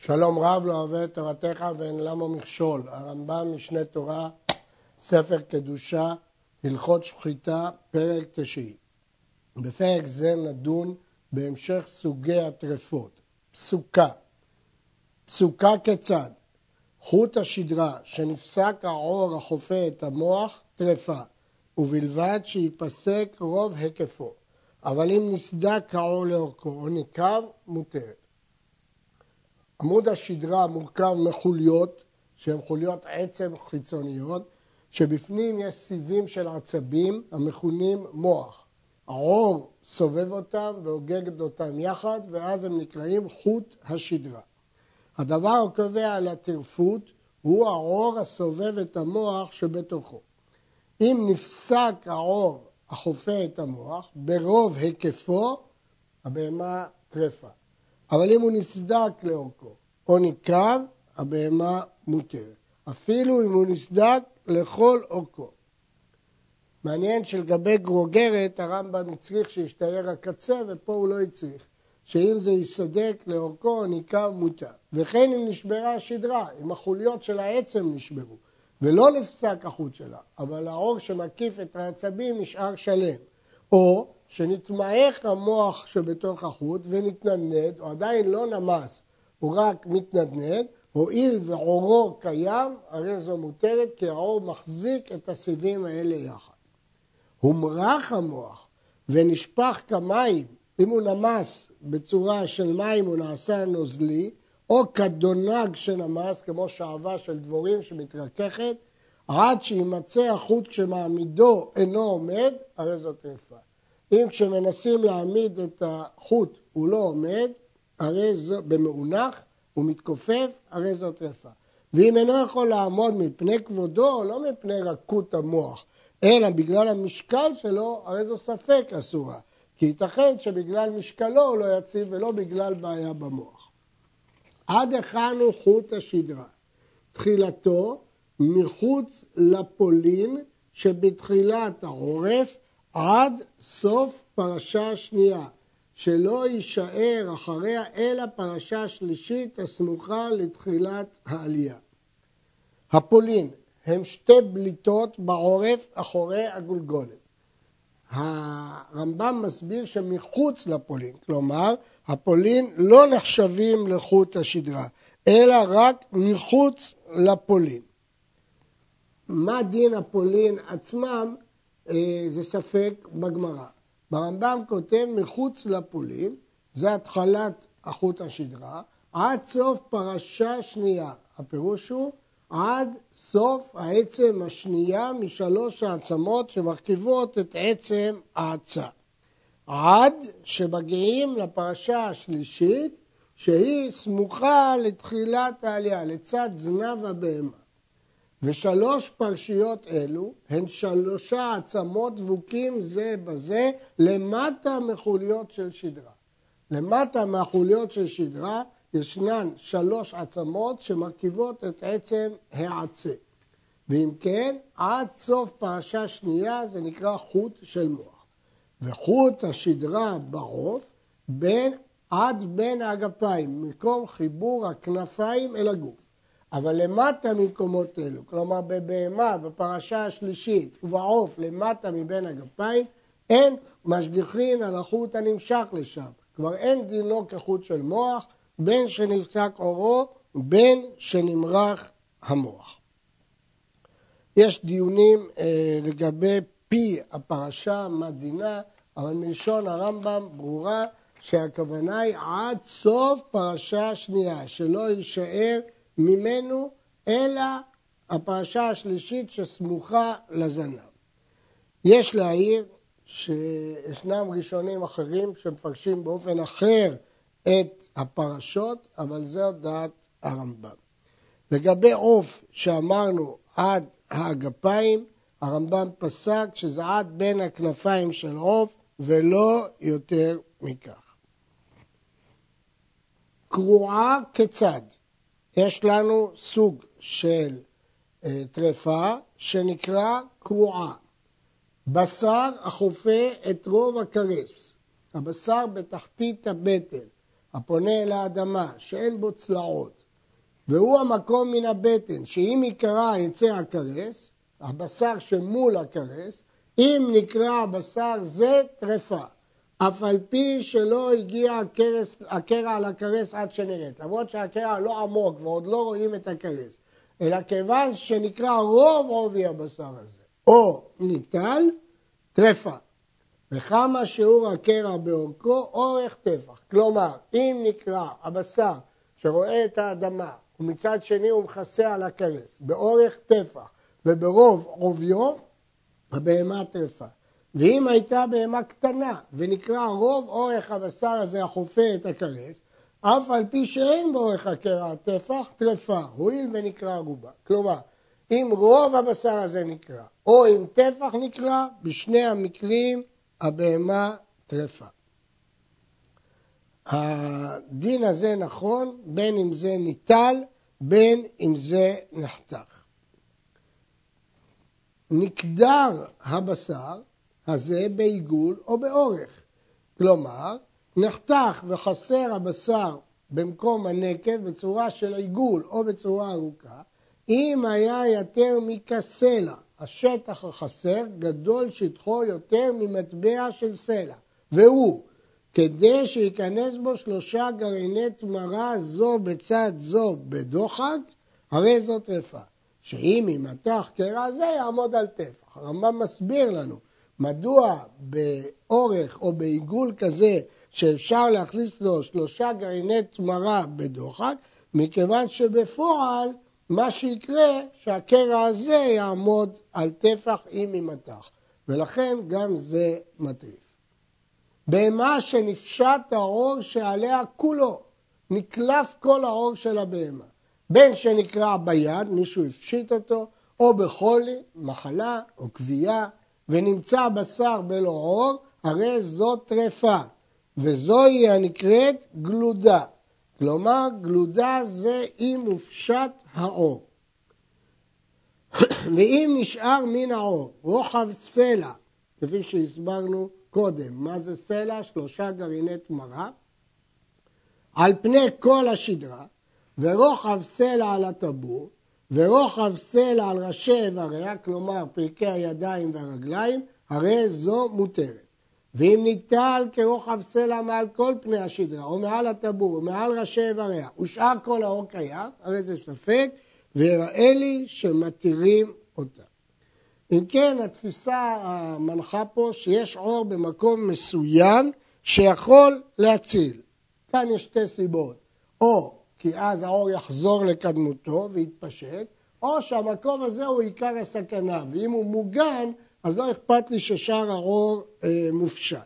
שלום רב לא אוהב את תורתך ואין למה מכשול. הרמב"ם משנה תורה, ספר קדושה, הלכות שחיטה, פרק 9. בפרק זה נדון בהמשך סוגי הטרפות. פסוקה. פסוקה כיצד? חוט השדרה שנפסק העור החופה את המוח, טרפה, ובלבד שיפסק רוב היקפו. אבל אם נסדק העור לאורכו או ניקב, מותרת. עמוד השדרה מורכב מחוליות, שהן חוליות עצם חיצוניות, שבפנים יש סיבים של עצבים המכונים מוח. העור סובב אותם והוגג אותם יחד, ואז הם נקראים חוט השדרה. הדבר הקובע על הטרפות הוא העור הסובב את המוח שבתוכו. אם נפסק העור החופה את המוח, ברוב היקפו, הבהמה טרפה. אבל אם הוא נסדק לאורכו או ניקב, הבהמה מותרת. אפילו אם הוא נסדק לכל אורכו. מעניין שלגבי גרוגרת, הרמב"ם הצריך שישתייר הקצה, ופה הוא לא הצריך. שאם זה יסדק לאורכו או ניקב, מותר. וכן אם נשברה השדרה, אם החוליות של העצם נשברו, ולא נפסק החוט שלה, אבל העור שמקיף את העצבים נשאר שלם. או שנתמעך המוח שבתוך החוט ונתנדנד, או עדיין לא נמס, הוא רק מתנדנד, הואיל ועורו קיים, הרי זו מותרת, כי העור מחזיק את הסיבים האלה יחד. הומרח המוח ונשפך כמים, אם הוא נמס בצורה של מים הוא נעשה נוזלי, או כדונג שנמס, כמו שעבה של דבורים שמתרככת, עד שימצא החוט כשמעמידו אינו עומד, הרי זו טרפה. אם כשמנסים להעמיד את החוט הוא לא עומד, הרי זו במאונח, הוא מתכופף, הרי זו טרפה. ואם אינו יכול לעמוד מפני כבודו, לא מפני רכות המוח, אלא בגלל המשקל שלו, הרי זו ספק אסורה. כי ייתכן שבגלל משקלו הוא לא יציב ולא בגלל בעיה במוח. עד היכן הוא חוט השדרה? תחילתו מחוץ לפולין שבתחילת העורף עד סוף פרשה שנייה, שלא יישאר אחריה אלא פרשה שלישית הסמוכה לתחילת העלייה. הפולין הם שתי בליטות בעורף אחורי הגולגולת. הרמב"ם מסביר שמחוץ לפולין, כלומר הפולין לא נחשבים לחוט השדרה, אלא רק מחוץ לפולין. מה דין הפולין עצמם? זה ספק בגמרא. ברמב"ם כותב מחוץ לפולין, זה התחלת החוט השדרה, עד סוף פרשה שנייה. הפירוש הוא עד סוף העצם השנייה משלוש העצמות שמרכיבות את עצם העצה. עד שמגיעים לפרשה השלישית שהיא סמוכה לתחילת העלייה, לצד זנב הבהמה. ושלוש פרשיות אלו הן שלושה עצמות דבוקים זה בזה למטה מחוליות של שדרה. למטה מהחוליות של שדרה ישנן שלוש עצמות שמרכיבות את עצם העצה. ואם כן, עד סוף פרשה שנייה זה נקרא חוט של מוח. וחוט השדרה בעוף עד בין האגפיים, מקום חיבור הכנפיים אל הגוף. אבל למטה ממקומות אלו, כלומר בבהמה, בפרשה השלישית ובעוף למטה מבין הגפיים, אין משגיחין על החוט הנמשך לשם. כבר אין דינו כחוט של מוח, בין שנפסק עורו, בין שנמרח המוח. יש דיונים לגבי פי הפרשה, מה דינה, אבל מלשון הרמב"ם ברורה שהכוונה היא עד סוף פרשה שנייה, שלא יישאר ממנו אלא הפרשה השלישית שסמוכה לזנב. יש להעיר שישנם ראשונים אחרים שמפרשים באופן אחר את הפרשות, אבל זו דעת הרמב"ם. לגבי עוף שאמרנו עד האגפיים, הרמב"ם פסק שזה עד בין הכנפיים של עוף ולא יותר מכך. קרועה כיצד? יש לנו סוג של טרפה שנקרא קרועה. בשר החופה את רוב הכרס. הבשר בתחתית הבטן. הפונה אל האדמה, שאין בו צלעות, והוא המקום מן הבטן, שאם יקרע יצא הכרס, הבשר שמול הכרס, אם נקרע הבשר זה טרפה, אף על פי שלא הגיע הקרע על הכרס עד שנראית, למרות שהקרע לא עמוק ועוד לא רואים את הכרס, אלא כיוון שנקרע רוב עובי הבשר הזה, או ניטל, טרפה. וכמה שיעור הקרע באורכו, אורך טפח. כלומר, אם נקרע הבשר שרואה את האדמה, ומצד שני הוא מכסה על הכרס, באורך טפח וברוב עוביו, הבהמה טרפה. ואם הייתה בהמה קטנה ונקרע רוב אורך הבשר הזה החופה את הכרס, אף על פי שאין באורך הקרע הטפח, טרפה, הואיל ונקרע רובה. כלומר, אם רוב הבשר הזה נקרע, או אם טפח נקרע, בשני המקרים הבהמה טרפה. הדין הזה נכון בין אם זה ניטל, בין אם זה נחתך. נקדר הבשר הזה בעיגול או באורך. כלומר, נחתך וחסר הבשר במקום הנקב בצורה של עיגול או בצורה ארוכה, אם היה יותר מכסלע, השטח החסר גדול שטחו יותר ממטבע של סלע, והוא כדי שיכנס בו 3 גרעיני תמרה זו בצד זו בדוחק, הרי זו טרפה. שאם ימתח קרע זה יעמוד על טפח. הרמב"ם מסביר לנו מדוע באורך או בעיגול כזה שאפשר להכניס לו 3 גרעיני תמרה בדוחק, מכיוון שבפועל מה שיקרה שהקרע הזה יעמוד על טפח אם ימתח. ולכן גם זה מטריף. בהמה שנפשט העור שעליה כולו, נקלף כל העור של הבהמה. בין שנקרע ביד, מישהו הפשיט אותו, או בחולי, מחלה או כוויה, ונמצא בשר בלא עור, הרי זו טרפה, וזוהי הנקראת גלודה. כלומר, גלודה זה אם הופשט העור. ואם נשאר מן העור, רוחב סלע, כפי שהסברנו קודם, מה זה סלע? 3 גרעיני תמרה, על פני כל השדרה, ורוחב סלע על הטבור, ורוחב סלע על ראשי איבריה, כלומר פרקי הידיים והרגליים, הרי זו מותרת. ואם ניטל כרוחב סלע מעל כל פני השדרה, או מעל הטבור, או מעל ראשי איבריה, ושאר כל העור קיים, הרי זה ספק, ויראה לי שמתירים אותה. אם כן, התפיסה המנחה פה שיש עור במקום מסוים שיכול להציל. כאן יש 2 סיבות, או כי אז העור יחזור לקדמותו ויתפשט, או שהמקום הזה הוא עיקר הסכנה, ואם הוא מוגן, אז לא אכפת לי ששאר העור מופשט.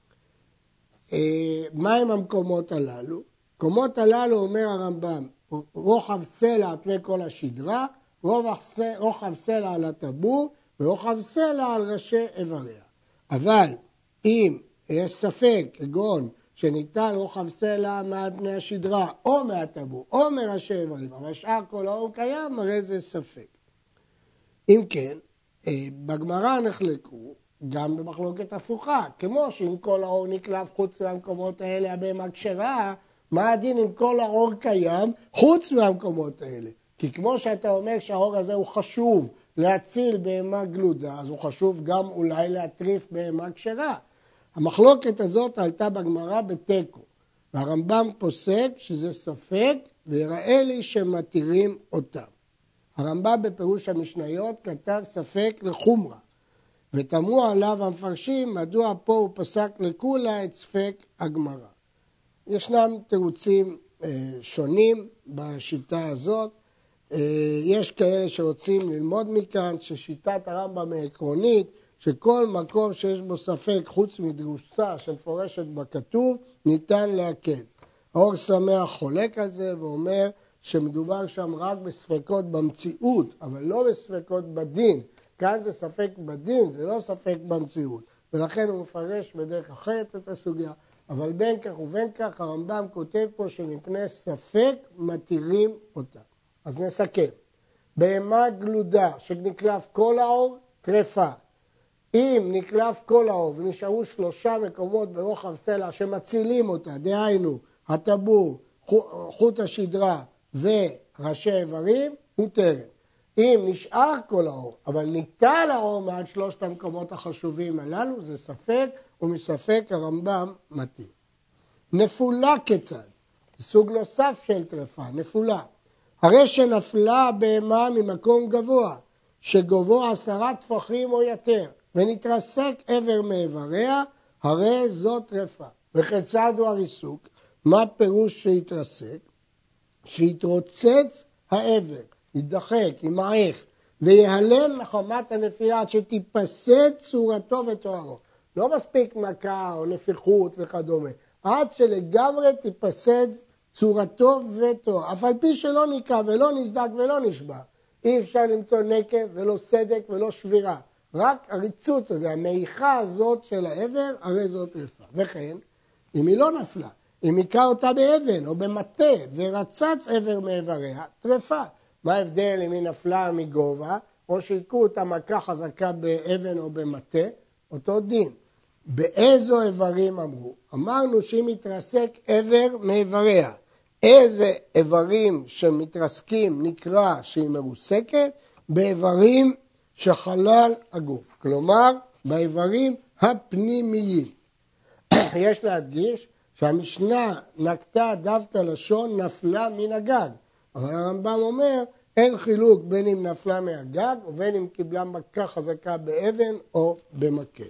מה הם המקומות הללו? המקומות הללו, אומר הרמב"ם, רוחב סלע על פני כל השדרה, רוחב סלע על הטבור, ורוחב סלע על ראשי איבריה. אבל אם יש ספק, כגון שניתן רוחב סלע מעל פני השדרה, או מהטבור, או מראשי איברים, אבל שאר כל העור קיים, הרי זה ספק. אם כן, בגמרא נחלקו גם במחלוקת הפוכה, כמו שאם כל העור נקלף חוץ מהמקומות האלה, הבהמה כשרה, מה הדין אם כל העור קיים חוץ מהמקומות האלה? כי כמו שאתה אומר שהעור הזה הוא חשוב להציל בהמה גלודה, אז הוא חשוב גם אולי להטריף בהמה כשרה. המחלוקת הזאת עלתה בגמרא בתיקו, והרמב"ם פוסק שזה ספק, ויראה לי שמתירים אותם. הרמב"ם בפירוש המשניות כתב ספק לחומרה, ותמו עליו המפרשים מדוע פה הוא פסק לכולה את ספק הגמרא. ישנם תירוצים שונים בשיטה הזאת. יש כאלה שרוצים ללמוד מכאן ששיטת הרמב"ם העקרונית, שכל מקום שיש בו ספק חוץ מדרוסה שמפורשת בכתוב, ניתן להקל. האור שמח חולק על זה ואומר שמדובר שם רק בספקות במציאות, אבל לא בספקות בדין. כאן זה ספק בדין, זה לא ספק במציאות. ולכן הוא מפרש בדרך אחרת את הסוגיה. אבל בין כך ובין כך הרמב"ם כותב פה שמפני ספק מתירים אותה. אז נסכם. בהמה גלודה שנקלף כל העור, טרפה. אם נקלף כל העור ונשארו 3 מקומות ברוחב סלע שמצילים אותה, דהיינו, הטבור, חוט השדרה וראשי איברים, מותרת. אם נשאר כל האור, אבל ניטל האור מעל שלושת המקומות החשובים הללו, זה ספק, ומספק הרמב"ם מתאים. נפולה כיצד? סוג נוסף של טרפה, נפולה. הרי שנפלה בהמה ממקום גבוה, שגובהו 10 טפחים או יותר, ונתרסק עבר מאיבריה, הרי זו טרפה. וכיצד הוא הריסוק? מה פירוש שיתרסק? שיתרוצץ העבר, ידחק, ימעך, ויהלם מחמת הנפילה עד שתיפסד צורתו ותוארו. לא מספיק מכה או נפיחות וכדומה, עד שלגמרי תיפסד צורתו ותוארו. אף על פי שלא ניקה ולא נסדק ולא נשבע, אי אפשר למצוא נקב ולא סדק ולא שבירה. רק הריצוץ הזה, המעיכה הזאת של העבר, הרי זאת טרפה. וכן, אם היא לא נפלה, אם היכה אותה באבן או במטה ורצץ עבר מאיבריה, טרפה. מה ההבדל אם היא נפלה מגובה, או שהיכו אותה מכה חזקה באבן או במטה? אותו דין. באיזו איברים אמרו? אמרנו שאם מתרסק עבר מאיבריה. איזה איברים שמתרסקים נקרא שהיא מרוסקת? באיברים שחלל הגוף. כלומר, באיברים הפנימיים. יש להדגיש שהמשנה נקטה דווקא לשון נפלה מן הגג. אבל הרמב"ם אומר, אין חילוק בין אם נפלה מהגג ובין אם קיבלה מכה חזקה באבן או במקל.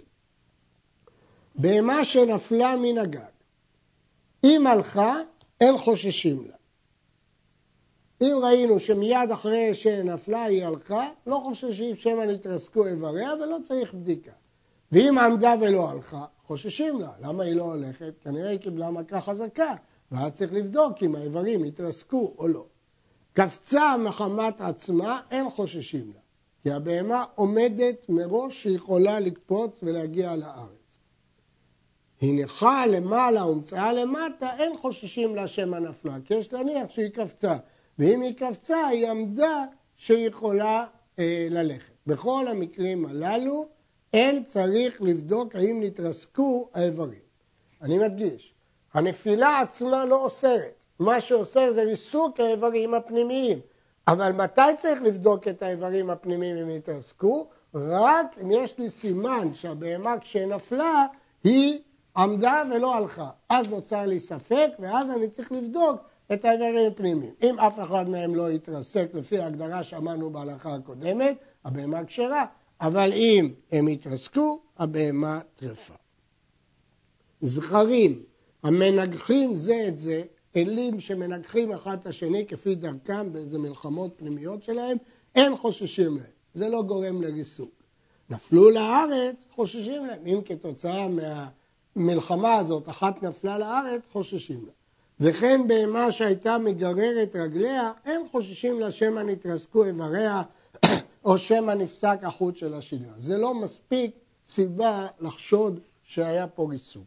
בהמה שנפלה מן הגג, אם הלכה, אין חוששים לה. אם ראינו שמיד אחרי שנפלה היא הלכה, לא חוששים שמא נתרסקו איבריה ולא צריך בדיקה. ואם עמדה ולא הלכה, חוששים לה. למה היא לא הולכת? כנראה היא קיבלה מכה חזקה, ואז צריך לבדוק אם האיברים התרסקו או לא. קפצה מחמת עצמה, אין חוששים לה. כי הבהמה עומדת מראש שיכולה לקפוץ ולהגיע לארץ. הניחה למעלה ומצאה למטה, אין חוששים לה שמא נפלה, כי יש להניח שהיא קפצה. ואם היא קפצה, היא עמדה שיכולה ללכת. בכל המקרים הללו, אין צריך לבדוק האם נתרסקו האיברים. אני מדגיש, הנפילה עצמה לא אוסרת. מה שאוסר זה ריסוק האיברים הפנימיים. אבל מתי צריך לבדוק את האיברים הפנימיים אם יתרסקו? רק אם יש לי סימן שהבהמה כשנפלה היא עמדה ולא הלכה. אז נוצר לי ספק ואז אני צריך לבדוק את האיברים הפנימיים. אם אף אחד מהם לא יתרסק לפי ההגדרה שאמרנו בהלכה הקודמת, הבהמה כשרה. אבל אם הם יתרסקו, הבהמה טרפה. זכרים המנגחים זה את זה, אלים שמנגחים אחד את השני כפי דרכם באיזה מלחמות פנימיות שלהם, אין חוששים להם. זה לא גורם לריסוק. נפלו לארץ, חוששים להם. אם כתוצאה מהמלחמה הזאת אחת נפלה לארץ, חוששים לה. וכן בהמה שהייתה מגררת רגליה, אין חוששים לה שמא נתרסקו איבריה או שמא נפסק החוט של השדרה. זה לא מספיק סיבה לחשוד שהיה פה ריסוק.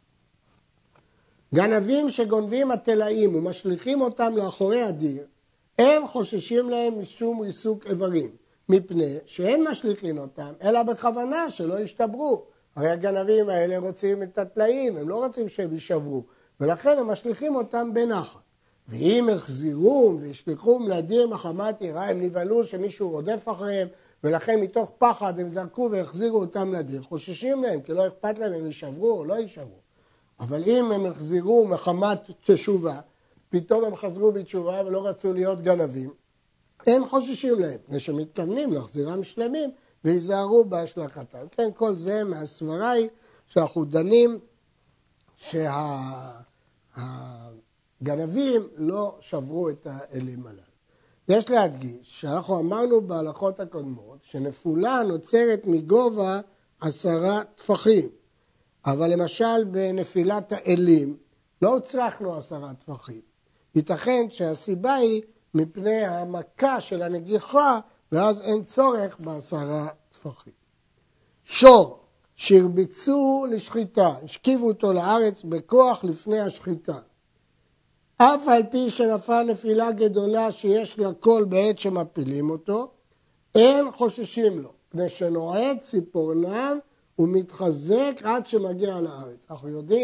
גנבים שגונבים התלאים ומשליכים אותם לאחורי הדיר, אין חוששים להם משום ריסוק איברים, מפני שאין משליכים אותם, אלא בכוונה שלא ישתברו. הרי הגנבים האלה רוצים את התלאים, הם לא רוצים שהם יישברו, ולכן הם משליכים אותם בנחת. ואם החזירום וישליחום לדיר מחמת יראה, הם נבהלו שמישהו רודף אחריהם, ולכן מתוך פחד הם זרקו והחזירו אותם לדיר. חוששים להם, כי לא אכפת להם אם יישברו או לא יישברו. אבל אם הם החזירו מחמת תשובה, פתאום הם חזרו בתשובה ולא רצו להיות גנבים, אין חוששים להם, מפני שמתכוונים להחזירם שלמים ויזהרו בהשלכתם. כן, כל זה מהסברה היא שאנחנו דנים שהגנבים לא שברו את האלים הללו. יש להדגיש שאנחנו אמרנו בהלכות הקודמות שנפולה נוצרת מגובה 10 טפחים. אבל למשל בנפילת האלים לא הצרכנו 10 טפחים. ייתכן שהסיבה היא מפני המכה של הנגיחה, ואז אין צורך ב10 טפחים. שור שהרביצו לשחיטה, השכיבו אותו לארץ בכוח לפני השחיטה. אף על פי שנפל נפילה גדולה שיש לה קול בעת שמפילים אותו, אין חוששים לו, מפני שנועד ציפורניו הוא מתחזק עד שמגיע לארץ. אנחנו יודעים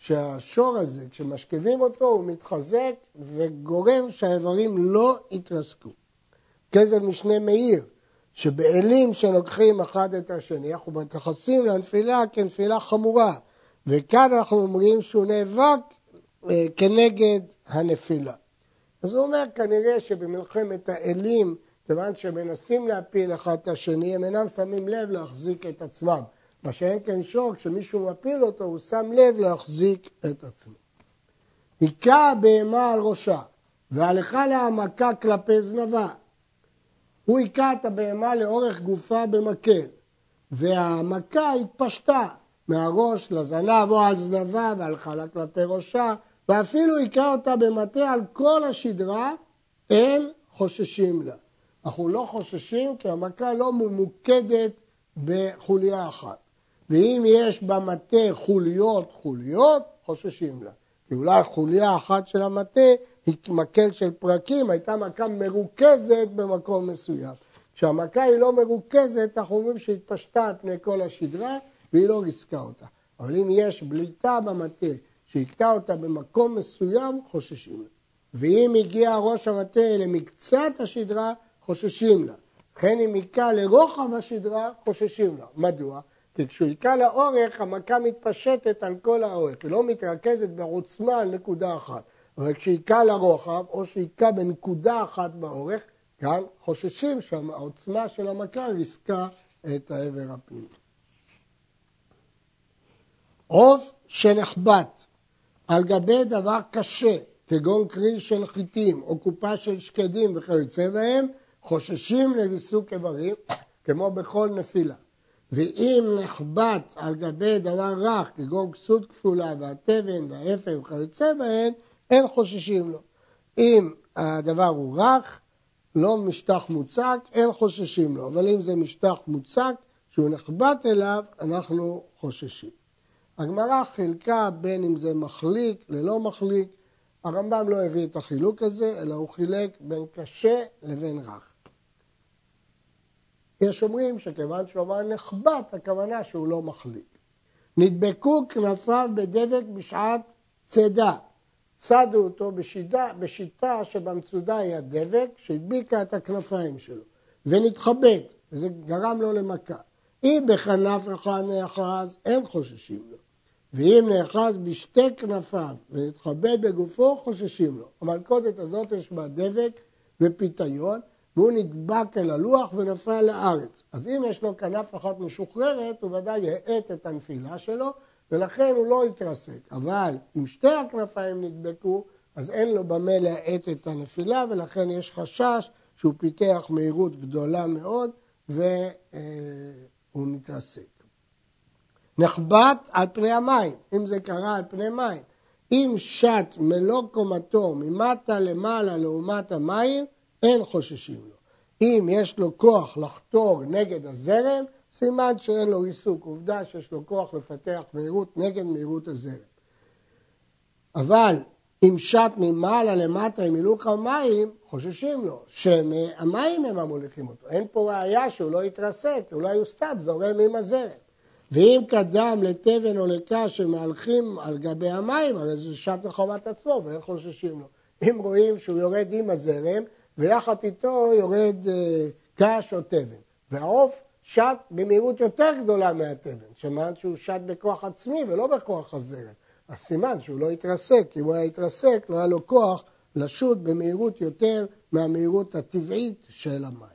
שהשור הזה, כשמשכיבים אותו, הוא מתחזק וגורם שהאיברים לא יתרסקו. כזב משנה מאיר, שבאלים שלוקחים אחד את השני, אנחנו מתייחסים לנפילה כנפילה חמורה, וכאן אנחנו אומרים שהוא נאבק כנגד הנפילה. אז הוא אומר כנראה שבמלחמת האלים, כיוון שמנסים להפיל אחד את השני, הם אינם שמים לב להחזיק את עצמם. מה שאין כן שור, כשמישהו מפיל אותו, הוא שם לב להחזיק את עצמו. היכה בהמה על ראשה, והלכה להעמקה כלפי זנבה. הוא היכה את הבהמה לאורך גופה במקל, וההעמקה התפשטה מהראש לזנב או על זנבה, והלכה לה כלפי ראשה, ואפילו היכה אותה במטה על כל השדרה, אין חוששים לה. אנחנו לא חוששים כי המכה לא ממוקדת בחוליה אחת. ואם יש במטה חוליות, חוששים לה. כי אולי חוליה אחת של המטה היא מקל של פרקים, הייתה מכה מרוכזת במקום מסוים. כשהמכה היא לא מרוכזת, אנחנו אומרים שהתפשטה על פני כל השדרה, והיא לא ריסקה אותה. אבל אם יש בליטה במטה, שהקטע אותה במקום מסוים, חוששים לה. ואם הגיע ראש המטה למקצת השדרה, חוששים לה. לכן אם היכה לרוחב השדרה, חוששים לה. מדוע? כי כשהוא היכה לאורך, המכה מתפשטת על כל האורך. היא לא מתרכזת בעוצמה על נקודה אחת. אבל כשהיכה לרוחב, או שהיכה בנקודה אחת באורך, כאן חוששים שהעוצמה של המכה ריסקה את העבר הפנימי. עוף שנחבט על גבי דבר קשה, כגון קרי של חיטים או קופה של שקדים וכיוצא בהם, חוששים לריסוק איברים, כמו בכל נפילה. ואם נחבט על גבי דבר רך, כגון כסות כפולה והתבן והאפר וכיוצא בהם, אין חוששים לו. אם הדבר הוא רך, לא משטח מוצק, אין חוששים לו. אבל אם זה משטח מוצק, שהוא נחבט אליו, אנחנו חוששים. הגמרא חילקה בין אם זה מחליק ללא מחליק. הרמב"ם לא הביא את החילוק הזה, אלא הוא חילק בין קשה לבין רך. יש אומרים שכיוון שהוא אמר נחבט, הכוונה שהוא לא מחליק. נדבקו כנפיו בדבק בשעת צידה. צדו אותו בשיטה שבמצודה היא הדבק, שהדביקה את הכנפיים שלו. ונתחבט, וזה גרם לו למכה. אם בכנף אחד נאחז, אין חוששים לו. ואם נאחז בשתי כנפיו ונתחבט בגופו, חוששים לו. המלכודת הזאת יש בה דבק ופיתיון, והוא נדבק אל הלוח ונפל לארץ. אז אם יש לו כנף אחת משוחררת, הוא ודאי יעט את הנפילה שלו, ולכן הוא לא יתרסק. אבל אם שתי הכנפיים נדבקו, אז אין לו במה להעט את הנפילה, ולכן יש חשש שהוא פיתח מהירות גדולה מאוד, והוא מתרסק. נחבט על פני המים, אם זה קרה על פני מים. אם שט מלוא קומתו ממטה למעלה לעומת המים, אין חוששים לו. אם יש לו כוח לחתור נגד הזרם, סימן שאין לו ריסוק. עובדה שיש לו כוח לפתח מהירות נגד מהירות הזרם. אבל אם שט ממעלה למטה עם הילוך המים, חוששים לו. שהמים הם המוליכים אותו. אין פה ראיה שהוא לא יתרסק, אולי הוא סתם זורם עם הזרם. ואם קדם לתבן או לקש שמהלכים על גבי המים, הרי זה שט מחומת עצמו ואין חוששים לו. אם רואים שהוא יורד עם הזרם, ויחד איתו יורד קש או תבן. והעוף שט במהירות יותר גדולה מהתבן, שמן שהוא שט בכוח עצמי ולא בכוח הזרם. אז סימן שהוא לא יתרסק, אם הוא היה יתרסק, לא היה לו כוח לשוט במהירות יותר מהמהירות הטבעית של המים.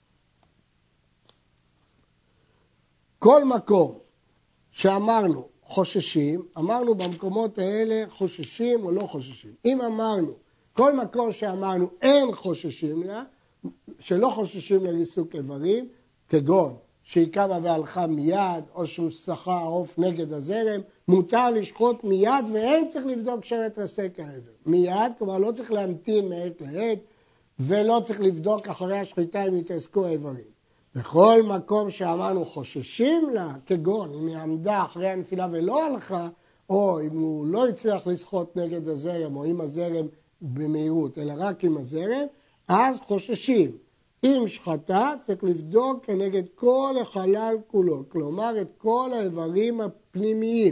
כל מקום שאמרנו חוששים, אמרנו במקומות האלה חוששים או לא חוששים. אם אמרנו, כל מקום שאמרנו אין חוששים לה, שלא חוששים לריסוק איברים, כגון שהיא קמה והלכה מיד, או שהוא שחה עוף נגד הזרם, מותר לשחוט מיד ואין צריך לבדוק שרת רסק העבר. מיד, כלומר לא צריך להמתין מעת לעת, ולא צריך לבדוק אחרי השחיטה אם יתעסקו האיברים. בכל מקום שאמרנו חוששים לה, כגון אם היא עמדה אחרי הנפילה ולא הלכה, או אם הוא לא הצליח לשחוט נגד הזרם, או עם הזרם במהירות, אלא רק עם הזרם, אז חוששים. אם שחטה צריך לבדוק כנגד כל החלל כולו, כלומר את כל האיברים הפנימיים,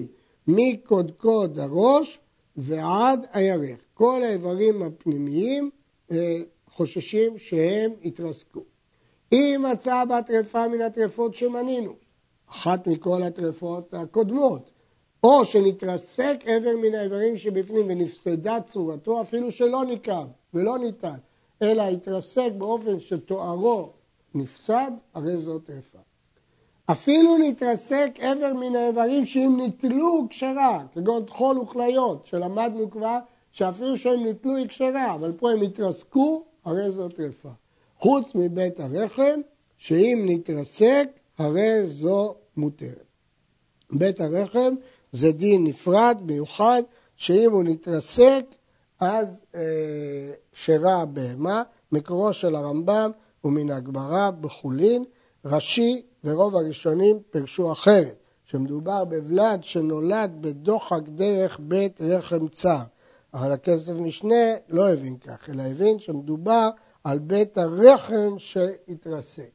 מקודקוד הראש ועד הירך. כל האיברים הפנימיים חוששים שהם יתרסקו. אם מצאה בה טרפה מן הטרפות שמנינו, אחת מכל הטרפות הקודמות, או שנתרסק איבר מן האיברים שבפנים ונפסדה צורתו, אפילו שלא ניקב ולא ניתן, אלא התרסק באופן שתוארו נפסד, הרי זו טרפה. אפילו נתרסק איבר מן האיברים שאם ניטלו כשרה, כגון טחול וכליות, שלמדנו כבר שאפילו שהם ניטלו היא כשרה, אבל פה הם התרסקו, הרי זו טרפה. חוץ מבית הרחם, שאם נתרסק, הרי זו מותרת. בית הרחם זה דין נפרד, מיוחד, שאם הוא נתרסק, אז כשרה בהמה, מקורו של הרמב"ם ומן הגמרא בחולין, רש"י ורוב הראשונים פרשו אחרת, שמדובר בבלד שנולד בדוחק דרך בית רחם צר. אבל הכסף משנה לא הבין כך, אלא הבין שמדובר על בית הרחם שהתרסק.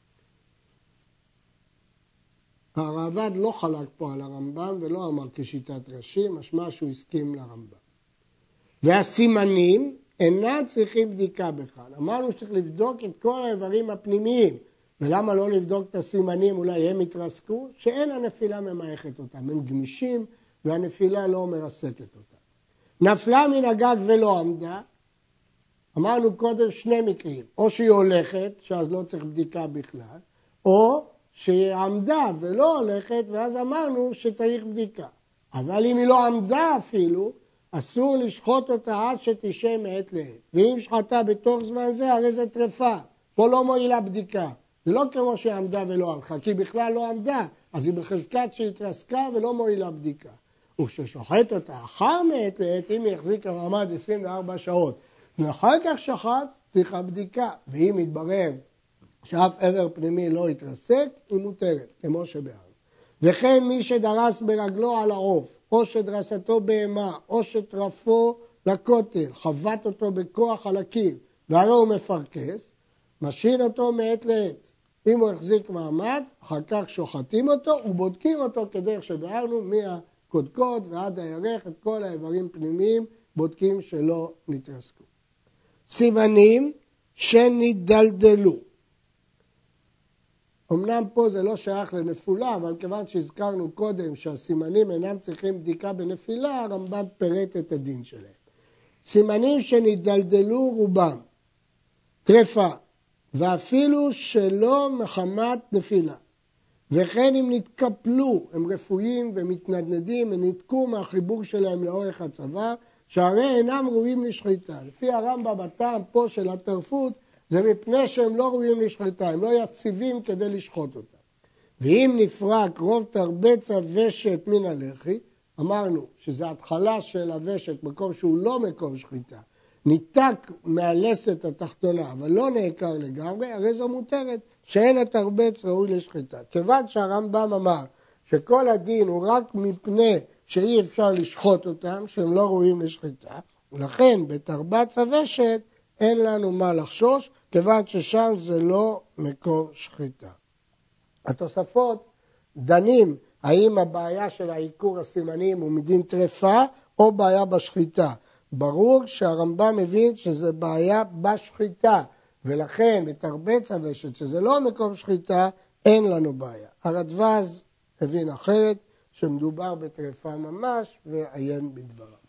הרעב"ד לא חלק פה על הרמב"ם ולא אמר כשיטת רש"י, משמע שהוא הסכים לרמב"ם. והסימנים אינם צריכים בדיקה בכלל. אמרנו שצריך לבדוק את כל האיברים הפנימיים. ולמה לא לבדוק את הסימנים, אולי הם יתרסקו? שאין הנפילה ממעכת אותם, הם גמישים והנפילה לא מרסקת אותם. נפלה מן הגג ולא עמדה, אמרנו קודם שני מקרים, או שהיא הולכת, שאז לא צריך בדיקה בכלל, או שהיא עמדה ולא הולכת, ואז אמרנו שצריך בדיקה. אבל אם היא לא עמדה אפילו, אסור לשחוט אותה עד שתשב מעת לעת. ואם שחטה בתוך זמן זה, הרי זה טרפה. פה לא מועילה בדיקה. זה לא כמו שהיא עמדה ולא הלכה, כי בכלל לא עמדה, אז היא בחזקת שהתרסקה ולא מועילה בדיקה. וכששוחט אותה אחר מעת לעת, אם היא החזיקה מעמד 24 שעות, ואחר כך שחט, צריכה בדיקה. ואם יתברר שאף עבר פנימי לא יתרסק, היא מותרת, כמו שבארץ. וכן מי שדרס ברגלו על העוף, או שדרסתו בהמה, או שטרפו לכותל, חבט אותו בכוח על הקיר, והרי הוא מפרקס, משין אותו מעת לעת. אם הוא החזיק מעמד, אחר כך שוחטים אותו ובודקים אותו כדרך שבארנו מהקודקוד ועד הירך, את כל האיברים פנימיים, בודקים שלא נתרסקו. סימנים שנדלדלו. אמנם פה זה לא שייך לנפולה, אבל כיוון שהזכרנו קודם שהסימנים אינם צריכים בדיקה בנפילה, הרמב"ם פירט את הדין שלהם. סימנים שנדלדלו רובם, טרפה, ואפילו שלא מחמת נפילה. וכן אם נתקפלו, הם רפויים ומתנדנדים, הם נתקו מהחיבור שלהם לאורך הצוואר, שהרי אינם ראויים לשחיטה. לפי הרמב"ם הטעם פה של הטרפות, זה מפני שהם לא ראויים לשחיטה, הם לא יציבים כדי לשחוט אותם. ואם נפרק רוב תרבץ הוושת מן הלחי, אמרנו שזה התחלה של הוושת, מקום שהוא לא מקום שחיטה, ניתק מהלסת התחתונה, אבל לא נעקר לגמרי, הרי זו מותרת, שאין התרבץ ראוי לשחיטה. כיוון שהרמב"ם אמר שכל הדין הוא רק מפני שאי אפשר לשחוט אותם, שהם לא ראויים לשחיטה, ולכן בתרבץ הוושת אין לנו מה לחשוש, כיוון ששם זה לא מקום שחיטה. התוספות דנים האם הבעיה של העיקור הסימנים הוא מדין טרפה או בעיה בשחיטה. ברור שהרמב"ם מבין שזה בעיה בשחיטה, ולכן בתרבץ הוושת, שזה לא מקום שחיטה, אין לנו בעיה. הרדב"ז הבין אחרת, שמדובר בטרפה ממש, ועיין בדבריו.